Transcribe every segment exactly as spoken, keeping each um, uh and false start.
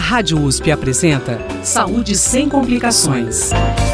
Rádio U S P apresenta Saúde Sem Complicações.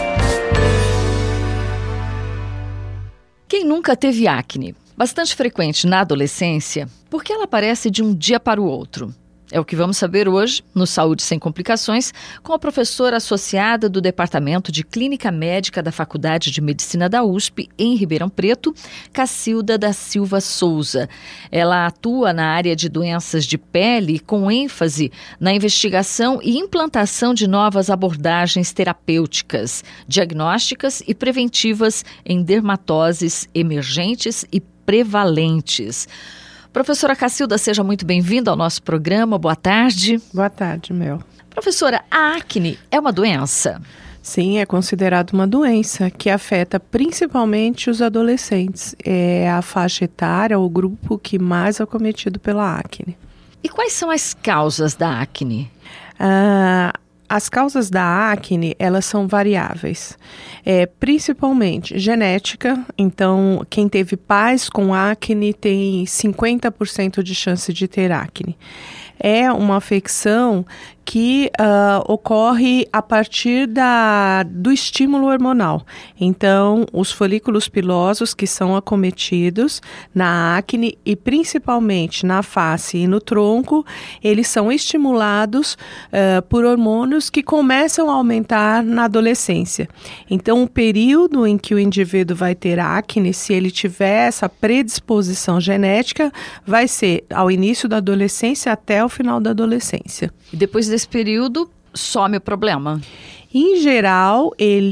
Quem nunca teve acne? Bastante frequente na adolescência, porque ela aparece de um dia para o outro. É o que vamos saber hoje no Saúde Sem Complicações com a professora associada do Departamento de Clínica Médica da Faculdade de Medicina da U S P, em Ribeirão Preto, Cacilda da Silva Souza. Ela atua na área de doenças de pele com ênfase na investigação e implantação de novas abordagens terapêuticas, diagnósticas e preventivas em dermatoses emergentes e prevalentes. Professora Cacilda, seja muito bem-vinda ao nosso programa. Boa tarde. Boa tarde, Mel. Professora, a acne é uma doença? Sim, é considerada uma doença que afeta principalmente os adolescentes. É a faixa etária, o grupo que mais é acometido pela acne. E quais são as causas da acne? Ah, as causas da acne, elas são variáveis, é, principalmente genética. Então, quem teve pais com acne tem cinquenta por cento de chance de ter acne. É uma afecção que uh, ocorre a partir da, do estímulo hormonal. Então, os folículos pilosos que são acometidos na acne e principalmente na face e no tronco, eles são estimulados uh, por hormônios que começam a aumentar na adolescência. Então, o período em que o indivíduo vai ter acne, se ele tiver essa predisposição genética, vai ser ao início da adolescência até o final da adolescência. E depois desse período, some o problema? Em geral,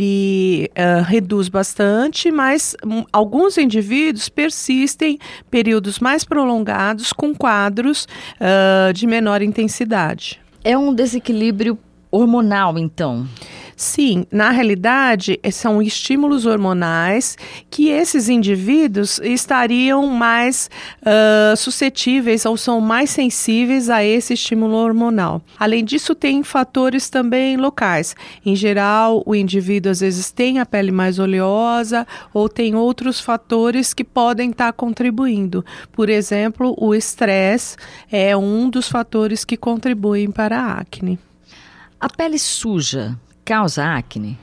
ele uh, reduz bastante, mas um, alguns indivíduos persistem períodos mais prolongados com quadros uh, de menor intensidade. É um desequilíbrio hormonal, então? Sim, na realidade, são estímulos hormonais que esses indivíduos estariam mais uh, suscetíveis ou são mais sensíveis a esse estímulo hormonal. Além disso, tem fatores também locais. Em geral, o indivíduo às vezes tem a pele mais oleosa ou tem outros fatores que podem estar contribuindo. Por exemplo, o estresse é um dos fatores que contribuem para a acne. A pele suja causa acne?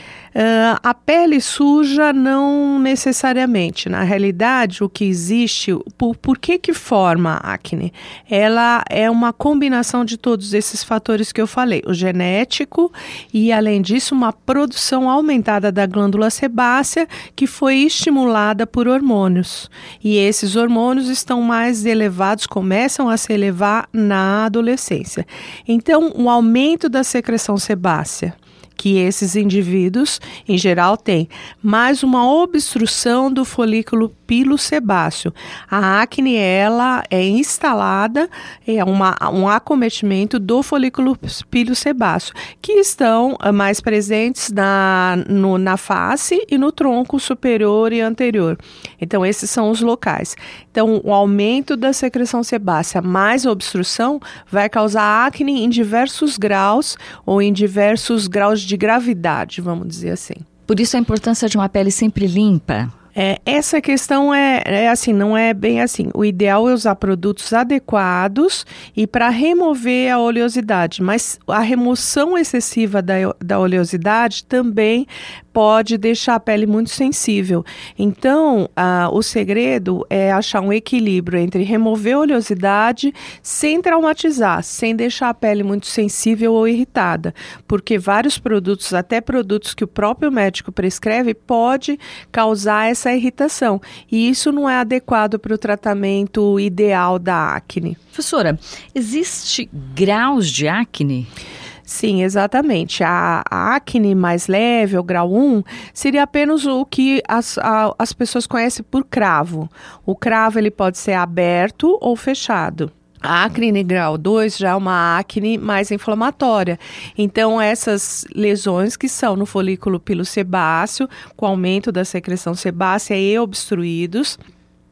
Uh, a pele suja não necessariamente. Na realidade, o que existe, por, por que que forma a acne? Ela é uma combinação de todos esses fatores que eu falei. O genético e, além disso, uma produção aumentada da glândula sebácea que foi estimulada por hormônios. E esses hormônios estão mais elevados, começam a se elevar na adolescência. Então, o aumento da secreção sebácea que esses indivíduos, em geral, têm, mais uma obstrução do folículo pilosebáceo. A acne, ela é instalada, é uma, um acometimento do folículo pilosebáceo, que estão uh, mais presentes na, no, na face e no tronco superior e anterior. Então, esses são os locais. Então, o aumento da secreção sebácea mais obstrução vai causar acne em diversos graus ou em diversos graus de gravidade, vamos dizer assim. Por isso a importância de uma pele sempre limpa. É, essa questão é, é assim, não é bem assim. O ideal é usar produtos adequados e para remover a oleosidade, mas a remoção excessiva da, da oleosidade também pode deixar a pele muito sensível. Então, ah, o segredo é achar um equilíbrio entre remover a oleosidade sem traumatizar, sem deixar a pele muito sensível ou irritada, porque vários produtos, até produtos que o próprio médico prescreve, pode causar essa irritação. E isso não é adequado para o tratamento ideal da acne. Professora, existe graus de acne? Sim, exatamente. A, a acne mais leve, o grau um, seria apenas o que as, a, as pessoas conhecem por cravo. O cravo ele pode ser aberto ou fechado. A acne grau dois já é uma acne mais inflamatória. Então, essas lesões que são no folículo pilosebáceo, com aumento da secreção sebácea e obstruídos,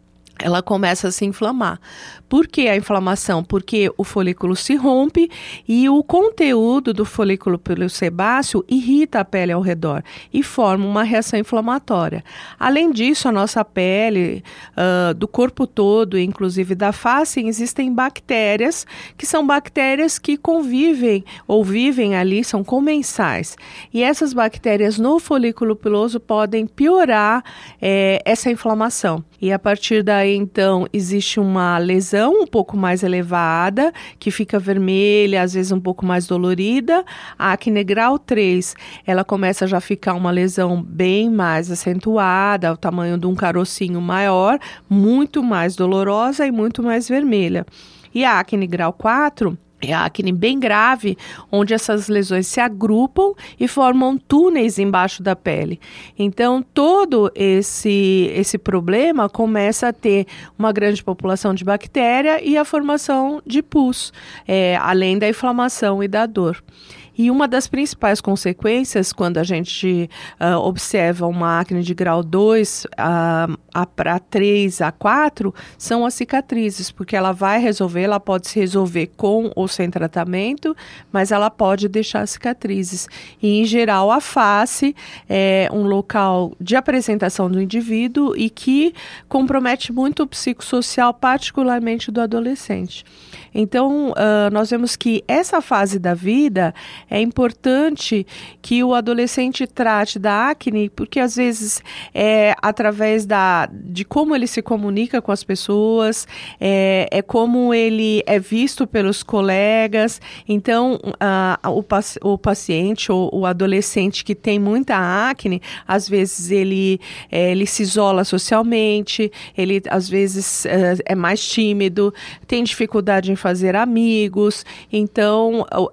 ela começa a se inflamar. Por que a inflamação? Porque o folículo se rompe e o conteúdo do folículo pilosebáceo irrita a pele ao redor e forma uma reação inflamatória. Além disso, a nossa pele, uh, do corpo todo, inclusive da face, existem bactérias, que são bactérias que convivem ou vivem ali, são comensais. E essas bactérias no folículo piloso podem piorar é, essa inflamação. E a partir daí, então, existe uma lesão um pouco mais elevada, que fica vermelha, às vezes um pouco mais dolorida. A acne grau três, ela começa a já ficar uma lesão bem mais acentuada, o tamanho de um carocinho maior, muito mais dolorosa e muito mais vermelha. E a acne grau quatro... é a acne bem grave, onde essas lesões se agrupam e formam túneis embaixo da pele. Então, todo esse, esse problema começa a ter uma grande população de bactéria e a formação de pus, é, além da inflamação e da dor. E uma das principais consequências, quando a gente uh, observa uma acne de grau dois uh, a três, a quatro, são as cicatrizes, porque ela vai resolver, ela pode se resolver com ou sem tratamento, mas ela pode deixar cicatrizes. E, em geral, a face é um local de apresentação do indivíduo e que compromete muito o psicossocial, particularmente do adolescente. Então, uh, nós vemos que essa fase da vida é importante que o adolescente trate da acne, porque às vezes é através da, de como ele se comunica com as pessoas, é, é como ele é visto pelos colegas. Então, uh, o, o paciente ou o adolescente que tem muita acne, às vezes ele, é, ele se isola socialmente, ele às vezes é, é mais tímido, tem dificuldade em fazer amigos. Então, uh,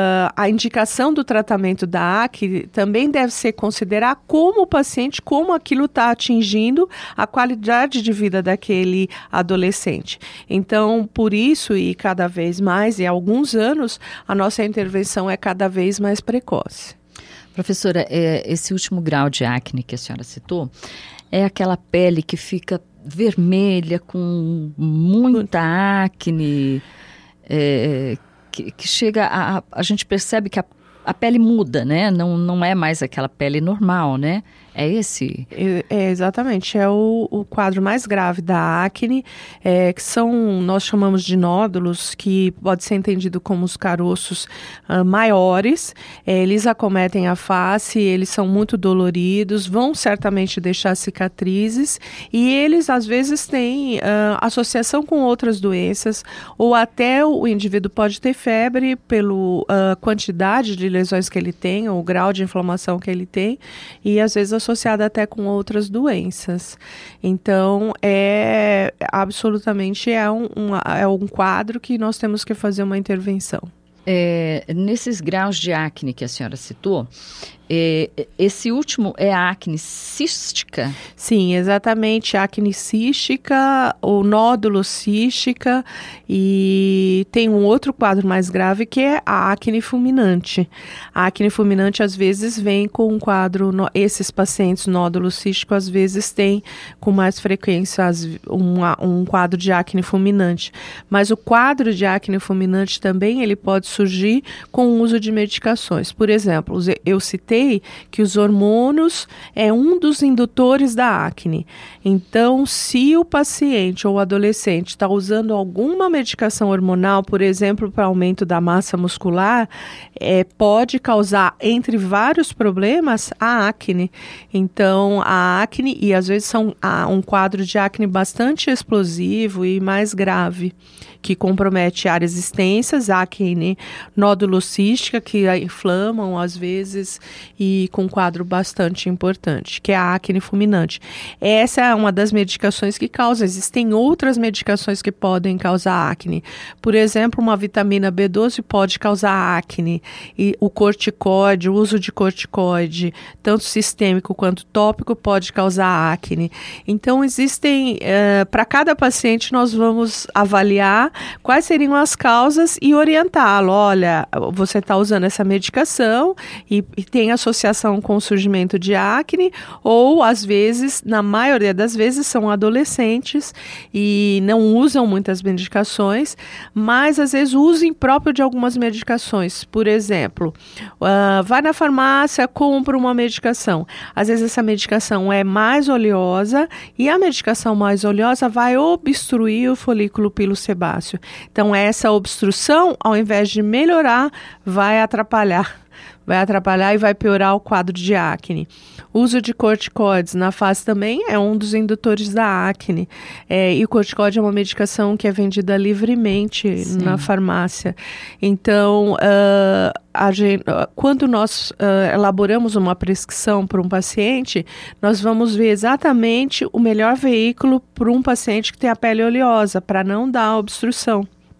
a indicação do tratamento da acne também deve ser considerar como o paciente, como aquilo está atingindo a qualidade de vida daquele adolescente. Então, por isso, e cada vez mais, e há alguns anos, a nossa intervenção é cada vez mais precoce. Professora, é, esse último grau de acne que a senhora citou, é aquela pele que fica vermelha, com muita acne, é, que, que chega a... A gente percebe que a, a pele muda, né? Não, não é mais aquela pele normal, né? É esse? É, é exatamente, é o, o quadro mais grave da acne, é, que são, nós chamamos de nódulos, que pode ser entendido como os caroços uh, maiores. É, eles acometem a face, eles são muito doloridos, vão certamente deixar cicatrizes e eles às vezes têm uh, associação com outras doenças, ou até o indivíduo pode ter febre pela uh, quantidade de lesões que ele tem, ou o grau de inflamação que ele tem, e às vezes associada até com outras doenças. Então, é absolutamente é um, um, é um quadro que nós temos que fazer uma intervenção. É, nesses graus de acne que a senhora citou, é, esse último é a acne cística? Sim, exatamente, a acne cística ou nódulo cística, e tem um outro quadro mais grave que é a acne fulminante. A acne fulminante às vezes vem com um quadro, esses pacientes nódulo cístico às vezes têm com mais frequência um, um quadro de acne fulminante, mas o quadro de acne fulminante também ele pode surgir com o uso de medicações. Por exemplo, eu citei que os hormônios é um dos indutores da acne. Então, se o paciente ou o adolescente está usando alguma medicação hormonal, por exemplo, para aumento da massa muscular, é, pode causar, entre vários problemas, a acne. Então, a acne, e às vezes são ah, um quadro de acne bastante explosivo e mais grave, que compromete áreas extensas, acne nódulo-cística, que inflamam às vezes, e com um quadro bastante importante, que é a acne fulminante. Essa é uma das medicações que causa. Existem outras medicações que podem causar acne. Por exemplo, uma vitamina B doze pode causar acne, e o corticoide, o uso de corticoide, tanto sistêmico quanto tópico, pode causar acne. Então, existem, uh, para cada paciente, nós vamos avaliar quais seriam as causas e orientá-lo. Olha, você está usando essa medicação e, e tem associação com o surgimento de acne, ou às vezes, na maioria das vezes, são adolescentes e não usam muitas medicações, mas às vezes o uso impróprio de algumas medicações. Por exemplo, uh, vai na farmácia, compra uma medicação. Às vezes essa medicação é mais oleosa e a medicação mais oleosa vai obstruir o folículo pilosebáceo. Então essa obstrução, ao invés de melhorar, vai atrapalhar. Vai atrapalhar e vai piorar o quadro de acne. O uso de corticoides na face também é um dos indutores da acne. É, e o corticoide é uma medicação que é vendida livremente Sim. na farmácia. Então, uh, a gente, uh, quando nós uh, elaboramos uma prescrição para um paciente, nós vamos ver exatamente o melhor veículo para um paciente que tem a pele oleosa, para não dar obstrução.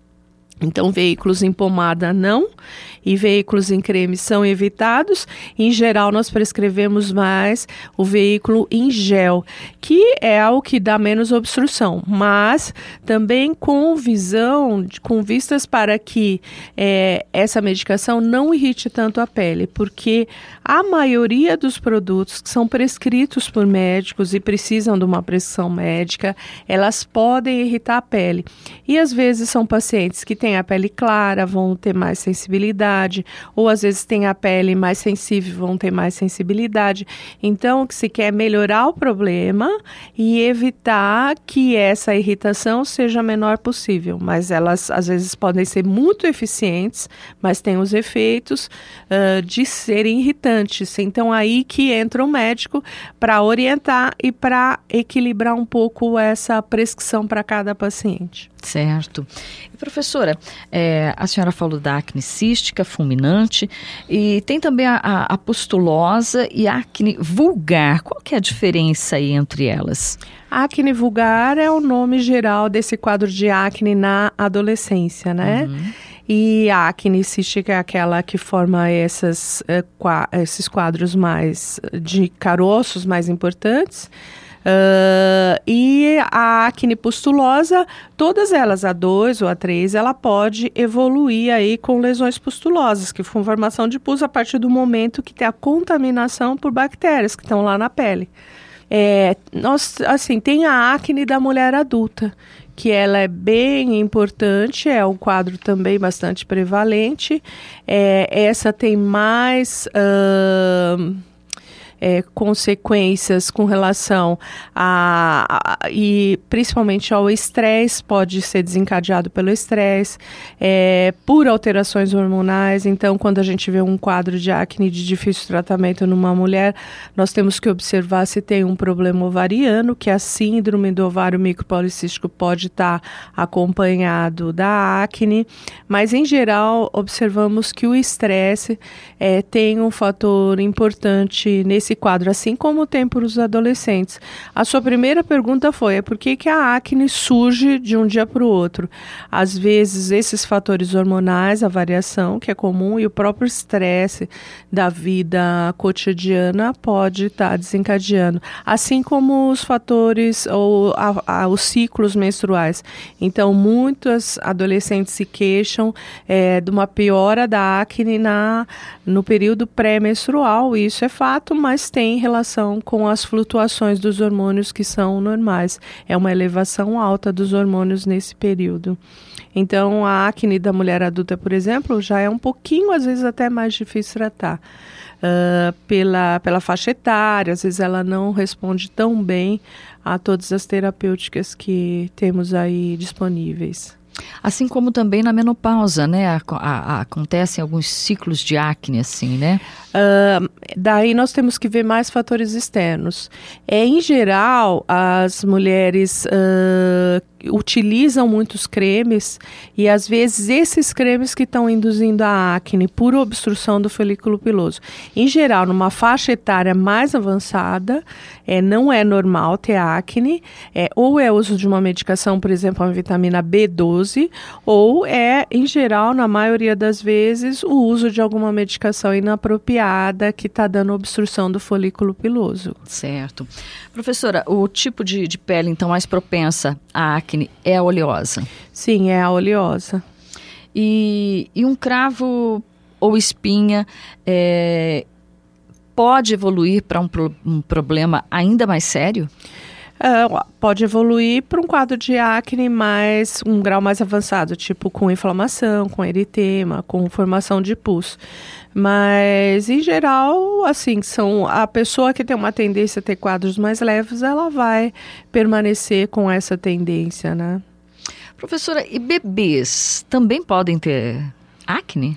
Então, veículos em pomada não, e veículos em creme são evitados. Em geral, nós prescrevemos mais o veículo em gel, que é o que dá menos obstrução, mas também com visão, com vistas para que é, essa medicação não irrite tanto a pele, porque a maioria dos produtos que são prescritos por médicos e precisam de uma prescrição médica, elas podem irritar a pele. E às vezes são pacientes que têm a pele clara, vão ter mais sensibilidade, ou às vezes têm a pele mais sensível, vão ter mais sensibilidade. Então, o que se quer é melhorar o problema e evitar que essa irritação seja a menor possível. Mas elas, às vezes, podem ser muito eficientes, mas têm os efeitos uh, de serem irritantes. Então, aí que entra o médico para orientar e para equilibrar um pouco essa prescrição para cada paciente. Certo. E, professora, é, a senhora falou da acne cística, fulminante, e tem também a, a, a pustulosa e a acne vulgar. Qual que é a diferença aí entre elas? A acne vulgar é o nome geral desse quadro de acne na adolescência, né? Uhum. E a acne cística é aquela que forma essas, uh, qua- esses quadros mais de caroços mais importantes. Uh, e a acne pustulosa, todas elas, a dois ou a três, ela pode evoluir aí com lesões pustulosas, que foi formação de pus a partir do momento que tem a contaminação por bactérias que estão lá na pele. É, nós, assim, tem a acne da mulher adulta, que ela é bem importante, é um quadro também bastante prevalente. É, essa tem mais... Uh, É, consequências com relação a, a e principalmente ao estresse, pode ser desencadeado pelo estresse, é, por alterações hormonais. Então, quando a gente vê um quadro de acne de difícil tratamento numa mulher, nós temos que observar se tem um problema ovariano, que a síndrome do ovário micropolicístico pode estar acompanhado da acne, mas em geral observamos que o estresse é, tem um fator importante nesse esse quadro, assim como tem para os adolescentes. A sua primeira pergunta foi, é por que que a acne surge de um dia para o outro? Às vezes, esses fatores hormonais, a variação, que é comum, e o próprio estresse da vida cotidiana pode estar tá desencadeando. Assim como os fatores, ou a, a, os ciclos menstruais. Então, muitas adolescentes se queixam é, de uma piora da acne na, no período pré-menstrual, e isso é fato, mas tem relação com as flutuações dos hormônios que são normais. É uma elevação alta dos hormônios nesse período. Então, a acne da mulher adulta, por exemplo, já é um pouquinho, às vezes, até mais difícil tratar. Uh, pela, pela faixa etária, às vezes ela não responde tão bem a todas as terapêuticas que temos aí disponíveis. Assim como também na menopausa, né? A, a, a, acontecem alguns ciclos de acne, assim, né? Uh, daí nós temos que ver mais fatores externos. É, em geral, as mulheres uh, utilizam muitos cremes e às vezes esses cremes que estão induzindo a acne por obstrução do folículo piloso. Em geral, numa faixa etária mais avançada, é, não é normal ter acne, é, ou é uso de uma medicação, por exemplo, a vitamina B doze, ou é, em geral, na maioria das vezes, o uso de alguma medicação inapropriada que está dando obstrução do folículo piloso. Certo. Professora, o tipo de, de pele, então, mais propensa à acne acne é a oleosa? Sim, é a oleosa. E, e um cravo ou espinha é, pode evoluir para um, pro, um problema ainda mais sério? Uh, pode evoluir para um quadro de acne mais, um grau mais avançado, tipo com inflamação, com eritema, com formação de pus. Mas, em geral, assim, são, a pessoa que tem uma tendência a ter quadros mais leves, ela vai permanecer com essa tendência, né? Professora, e bebês também podem ter acne?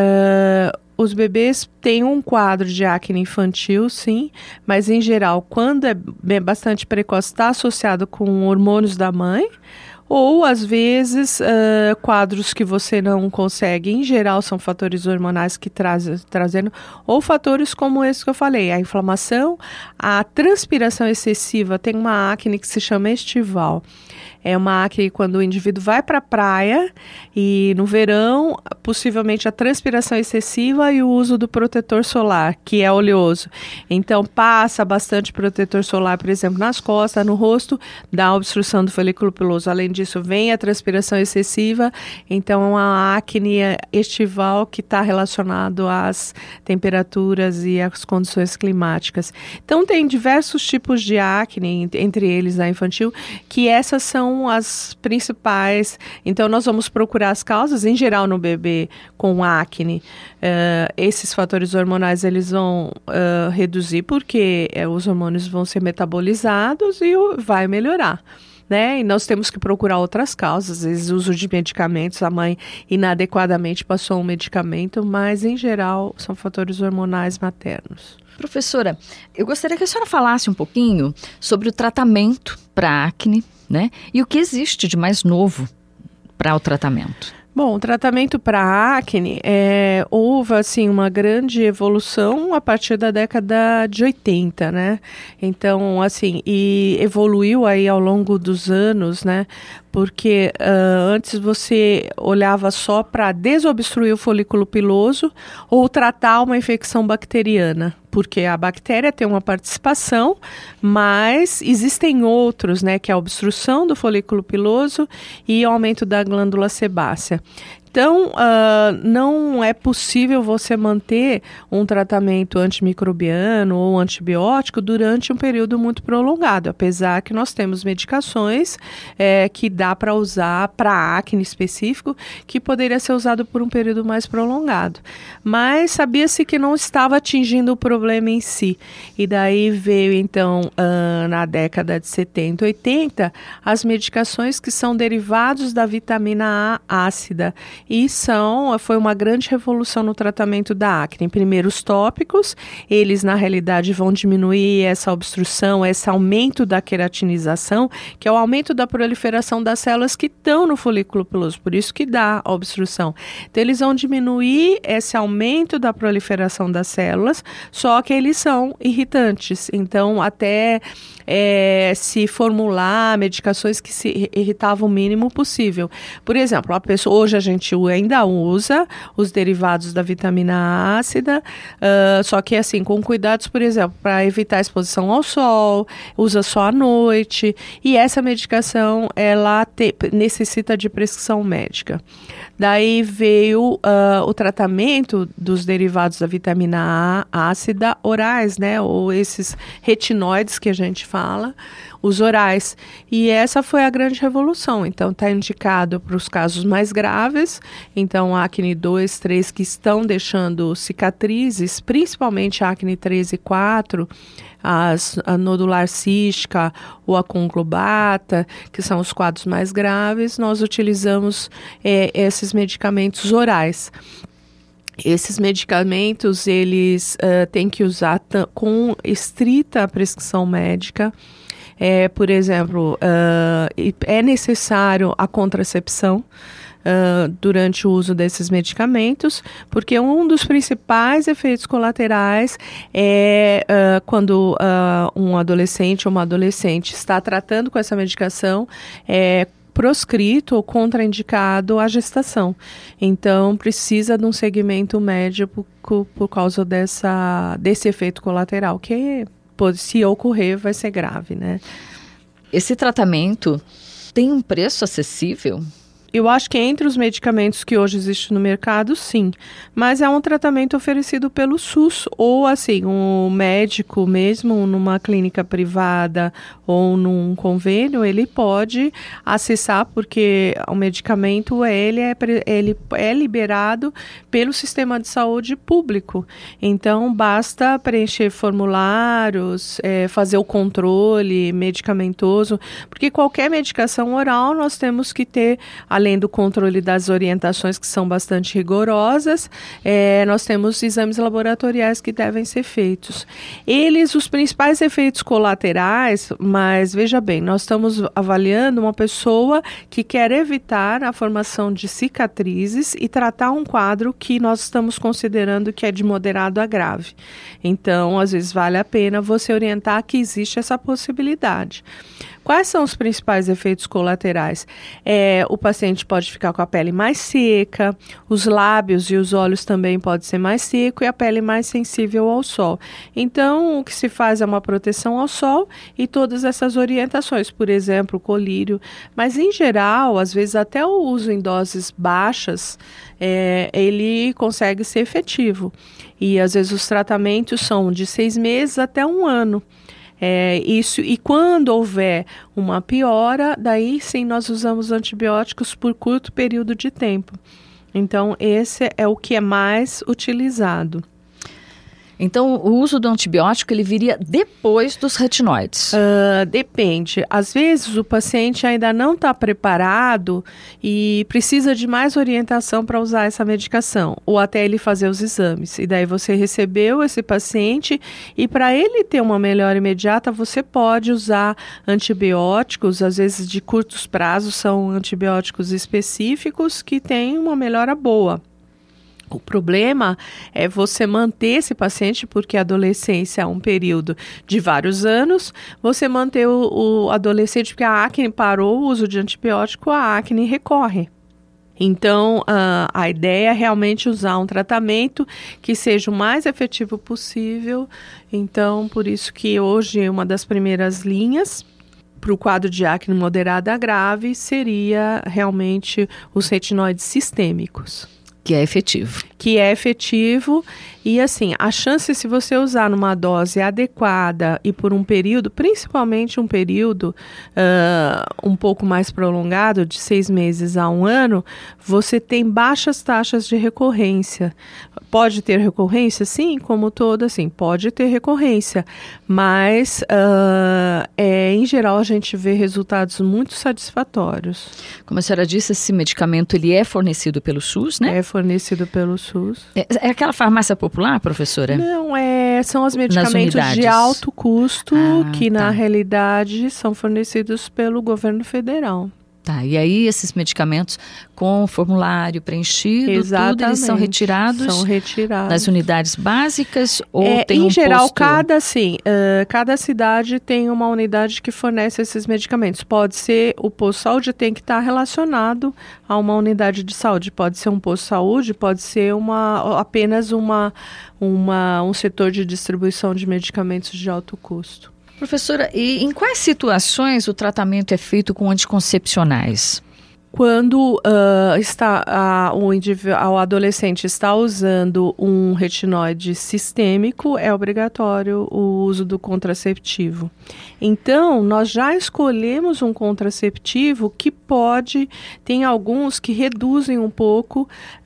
Uh, os bebês têm um quadro de acne infantil, sim, mas em geral, quando é bastante precoce, está associado com hormônios da mãe, ou às vezes uh, quadros que você não consegue, em geral são fatores hormonais que trazem, trazendo, ou fatores como esse que eu falei, a inflamação, a transpiração excessiva, tem uma acne que se chama estival. É uma acne quando o indivíduo vai para a praia e no verão, possivelmente a transpiração excessiva e o uso do protetor solar, que é oleoso. Então, passa bastante protetor solar, por exemplo, nas costas, no rosto, dá obstrução do folículo piloso. Além disso, vem a transpiração excessiva, então é uma acne estival que está relacionado às temperaturas e às condições climáticas. Então, tem diversos tipos de acne, entre eles a infantil, que essas são as principais. Então, nós vamos procurar as causas, em geral, no bebê com acne. Uh, esses fatores hormonais, eles vão uh, reduzir, porque uh, os hormônios vão ser metabolizados e uh, vai melhorar. Né? E nós temos que procurar outras causas, às vezes uso de medicamentos, a mãe inadequadamente passou um medicamento, mas em geral são fatores hormonais maternos. Professora, eu gostaria que a senhora falasse um pouquinho sobre o tratamento para acne, né? E o que existe de mais novo para o tratamento. Bom, o tratamento para acne, é, houve assim, uma grande evolução a partir da década de oitenta, né? Então, assim, e evoluiu aí ao longo dos anos, né? Porque uh, antes você olhava só para desobstruir o folículo piloso ou tratar uma infecção bacteriana, porque a bactéria tem uma participação, mas existem outros, né, que é a obstrução do folículo piloso e o aumento da glândula sebácea. Então, uh, não é possível você manter um tratamento antimicrobiano ou antibiótico durante um período muito prolongado, apesar que nós temos medicações é, que dá para usar para acne específico, que poderia ser usado por um período mais prolongado. Mas sabia-se que não estava atingindo o problema em si. E daí veio, então, uh, na década de setenta, oitenta, as medicações que são derivados da vitamina A ácida. E são, foi uma grande revolução no tratamento da acne. Primeiro, os tópicos, eles na realidade vão diminuir essa obstrução, esse aumento da queratinização, que é o aumento da proliferação das células que estão no folículo piloso, por isso que dá a obstrução. Então, eles vão diminuir esse aumento da proliferação das células, só que eles são irritantes. Então, até é, se formular medicações que se irritavam o mínimo possível. Por exemplo, a pessoa, hoje a gente ainda usa os derivados da vitamina ácida, uh, só que assim, com cuidados, por exemplo, para evitar a exposição ao sol, usa só à noite, e essa medicação, ela te, necessita de prescrição médica. Daí veio uh, o tratamento dos derivados da vitamina A ácida orais, né, ou esses retinóides que a gente fala, os orais. E essa foi a grande revolução. Então, está indicado para os casos mais graves. Então, acne dois, três, que estão deixando cicatrizes, principalmente a acne três e quatro, as, a nodular cística ou a conglobata, que são os quadros mais graves. Nós utilizamos é, esses medicamentos orais. Esses medicamentos, eles uh, têm que usar t- com estrita prescrição médica. É, por exemplo, uh, é necessário a contracepção uh, durante o uso desses medicamentos, porque um dos principais efeitos colaterais é uh, quando uh, um adolescente ou uma adolescente está tratando com essa medicação, é proscrito ou contraindicado a gestação. Então, precisa de um segmento médico por, por causa dessa, desse efeito colateral, que, se ocorrer, vai ser grave, né? Esse tratamento tem um preço acessível? Eu acho que entre os medicamentos que hoje existem no mercado, sim. Mas é um tratamento oferecido pelo SUS ou, assim, um médico mesmo numa clínica privada ou num convênio, ele pode acessar, porque o medicamento ele é, ele é liberado pelo sistema de saúde público. Então, basta preencher formulários, é, fazer o controle medicamentoso, porque qualquer medicação oral nós temos que ter, além do controle das orientações que são bastante rigorosas, é, nós temos exames laboratoriais que devem ser feitos. Eles, os principais efeitos colaterais, mas veja bem, nós estamos avaliando uma pessoa que quer evitar a formação de cicatrizes e tratar um quadro que nós estamos considerando que é de moderado a grave. Então, às vezes vale a pena você orientar que existe essa possibilidade. Quais são os principais efeitos colaterais? É, o paciente pode ficar com a pele mais seca, os lábios e os olhos também podem ser mais secos e a pele mais sensível ao sol. Então, o que se faz é uma proteção ao sol e todas essas orientações, por exemplo, o colírio. Mas, em geral, às vezes até o uso em doses baixas, é, ele consegue ser efetivo. E, às vezes, os tratamentos são de seis meses até um ano. É, isso, e quando houver uma piora, daí sim nós usamos antibióticos por curto período de tempo. Então, esse é o que é mais utilizado. Então, o uso do antibiótico, ele viria depois dos retinoides? Uh, depende. Às vezes, o paciente ainda não está preparado e precisa de mais orientação para usar essa medicação, ou até ele fazer os exames. E daí você recebeu esse paciente e para ele ter uma melhora imediata, você pode usar antibióticos, às vezes de curtos prazos, são antibióticos específicos que têm uma melhora boa. O problema é você manter esse paciente, porque a adolescência é um período de vários anos, você manter o, o adolescente, porque a acne parou o uso de antibiótico, a acne recorre. Então, uh, a ideia é realmente usar um tratamento que seja o mais efetivo possível. Então, por isso que hoje uma das primeiras linhas para o quadro de acne moderada a grave seria realmente os retinoides sistêmicos. Que é efetivo. Que é efetivo e assim, a chance se você usar numa dose adequada e por um período, principalmente um período uh, um pouco mais prolongado, de seis meses a um ano, você tem baixas taxas de recorrência. Pode ter recorrência? Sim, como todo, assim, pode ter recorrência, mas uh, é, em geral a gente vê resultados muito satisfatórios. Como a senhora disse, esse medicamento ele é fornecido pelo SUS, né? É fornecido pelo SUS. É, é aquela farmácia popular, professora? Não, é, são os medicamentos de alto custo ah, que tá. na realidade são fornecidos pelo governo federal. Tá, e aí esses medicamentos com formulário preenchido, Exatamente. tudo, eles são retirados, são retirados nas unidades básicas ou é, tem em um geral, posto... cada, assim, uh, cada cidade tem uma unidade que fornece esses medicamentos. Pode ser, o posto de saúde tem que estar relacionado a uma unidade de saúde. Pode ser um posto de saúde, pode ser uma, apenas uma, uma, um setor de distribuição de medicamentos de alto custo. Professora, e em quais situações o tratamento é feito com anticoncepcionais? Quando uh, está, uh, o, o adolescente está usando um retinoide sistêmico, é obrigatório o uso do contraceptivo. Então, nós já escolhemos um contraceptivo que pode, tem alguns que reduzem um pouco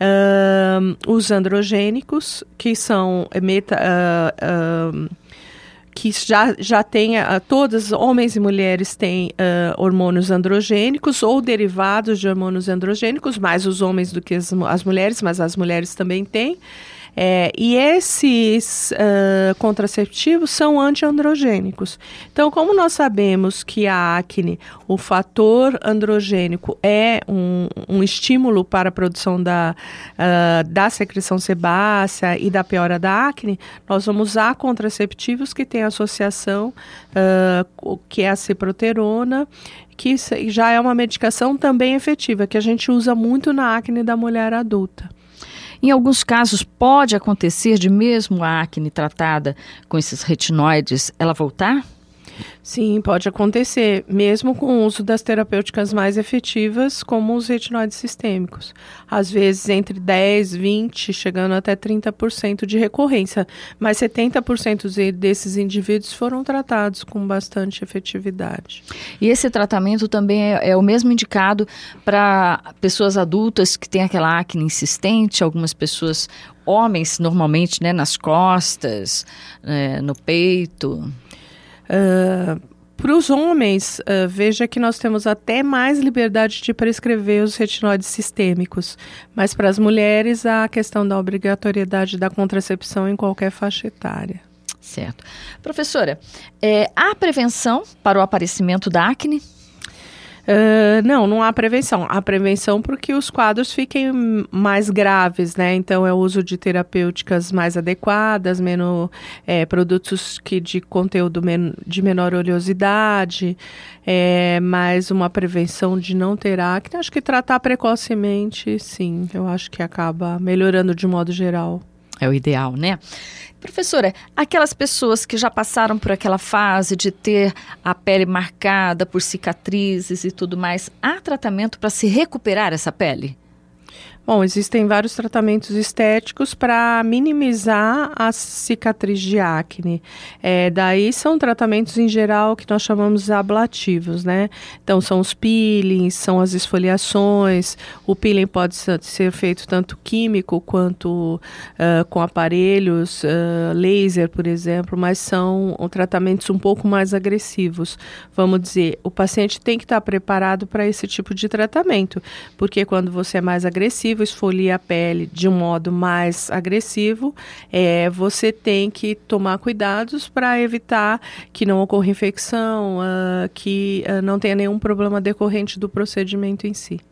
uh, os androgênicos, que são meta... Uh, uh, que já, já tem, uh, todos, homens e mulheres têm uh, hormônios androgênicos ou derivados de hormônios androgênicos, mais os homens do que as, as mulheres, mas as mulheres também têm. É, e esses uh, contraceptivos são antiandrogênicos. Então, como nós sabemos que a acne, o fator androgênico é um, um estímulo para a produção da, uh, da secreção sebácea e da piora da acne, nós vamos usar contraceptivos que têm associação, uh, que é a ciproterona, que já é uma medicação também efetiva, que a gente usa muito na acne da mulher adulta. Em alguns casos, pode acontecer de mesmo a acne tratada com esses retinoides, ela voltar? Sim, pode acontecer, mesmo com o uso das terapêuticas mais efetivas, como os retinoides sistêmicos. Às vezes entre dez, vinte, chegando até trinta por cento de recorrência, mas setenta por cento desses indivíduos foram tratados com bastante efetividade. E esse tratamento também é, é o mesmo indicado para pessoas adultas que têm aquela acne insistente, algumas pessoas, homens normalmente, né, nas costas, é, no peito. Uh, para os homens, uh, veja que nós temos até mais liberdade de prescrever os retinoides sistêmicos, mas para as mulheres há a questão da obrigatoriedade da contracepção em qualquer faixa etária. Certo. Professora, é, há prevenção para o aparecimento da acne? Uh, não, não há prevenção. Há prevenção porque os quadros fiquem mais graves, né? Então, é o uso de terapêuticas mais adequadas, menos, é, produtos que de conteúdo men- de menor oleosidade, é, mais uma prevenção de não ter acne. Acho que tratar precocemente, sim, eu acho que acaba melhorando de modo geral. É o ideal, né? Professora, aquelas pessoas que já passaram por aquela fase de ter a pele marcada por cicatrizes e tudo mais, há tratamento para se recuperar essa pele? Bom, existem vários tratamentos estéticos para minimizar a cicatriz de acne. É, daí são tratamentos em geral que nós chamamos ablativos, né? Então são os peelings, são as esfoliações. O peeling pode ser feito tanto químico quanto uh, com aparelhos, uh, laser, por exemplo, mas são tratamentos um pouco mais agressivos. Vamos dizer, o paciente tem que estar preparado para esse tipo de tratamento, porque quando você é mais agressivo, esfolia a pele de um modo mais agressivo, é, você tem que tomar cuidados para evitar que não ocorra infecção, uh, que uh, não tenha nenhum problema decorrente do procedimento em si.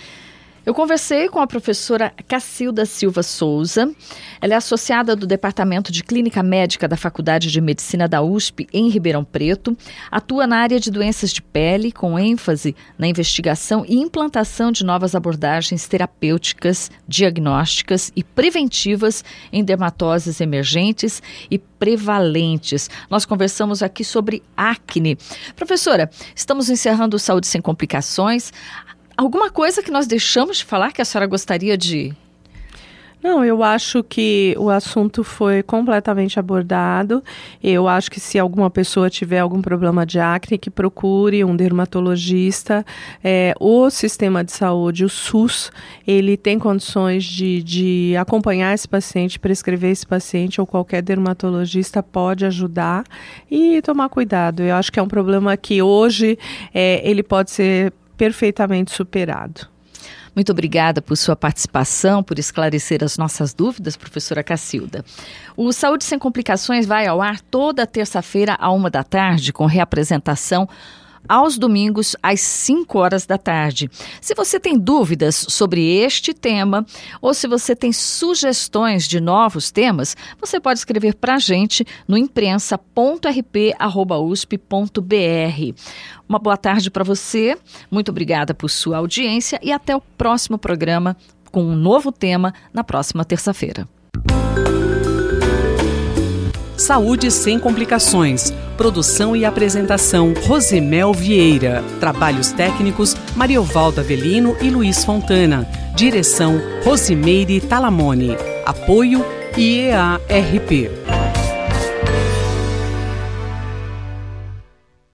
Eu conversei com a professora Cacilda Silva Souza. Ela é associada do Departamento de Clínica Médica da Faculdade de Medicina da U S P, em Ribeirão Preto. Atua na área de doenças de pele, com ênfase na investigação e implantação de novas abordagens terapêuticas, diagnósticas e preventivas em dermatoses emergentes e prevalentes. Nós conversamos aqui sobre acne. Professora, estamos encerrando o Saúde Sem Complicações. Alguma coisa que nós deixamos de falar que a senhora gostaria de... Não, eu acho que o assunto foi completamente abordado. Eu acho que se alguma pessoa tiver algum problema de acne, que procure um dermatologista. É, o sistema de saúde, o SUS, ele tem condições de, de acompanhar esse paciente, prescrever esse paciente, ou qualquer dermatologista pode ajudar e tomar cuidado. Eu acho que é um problema que hoje é, ele pode ser perfeitamente superado. Muito obrigada por sua participação, por esclarecer as nossas dúvidas, professora Cacilda. O Saúde Sem Complicações vai ao ar toda terça-feira à uma da tarde, com reapresentação aos domingos às cinco horas da tarde. Se você tem dúvidas sobre este tema ou se você tem sugestões de novos temas, você pode escrever para a gente no imprensa ponto r p arroba u s p ponto b r. Uma boa tarde para você, muito obrigada por sua audiência e até o próximo programa com um novo tema na próxima terça-feira. Saúde Sem Complicações. Produção e apresentação Rosemel Vieira. Trabalhos técnicos Mariovaldo Avelino e Luiz Fontana. Direção Rosimeire Talamone. Apoio I E A R P.